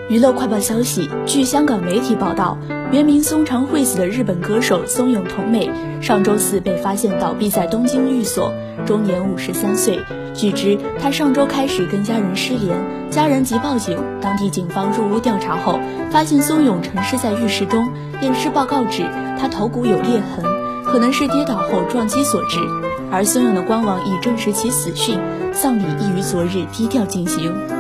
娱乐快报消息，据香港媒体报道，原名松长惠子的日本歌手松永瞳美上周四被发现倒闭在东京寓所，终年53岁。据知，他上周开始跟家人失联，家人即报警，当地警方入屋调查后，发现松永沉尸在浴室中，验尸报告指他头骨有裂痕，可能是跌倒后撞击所致。而松永的官网已证实其死讯，丧礼亦于昨日低调进行。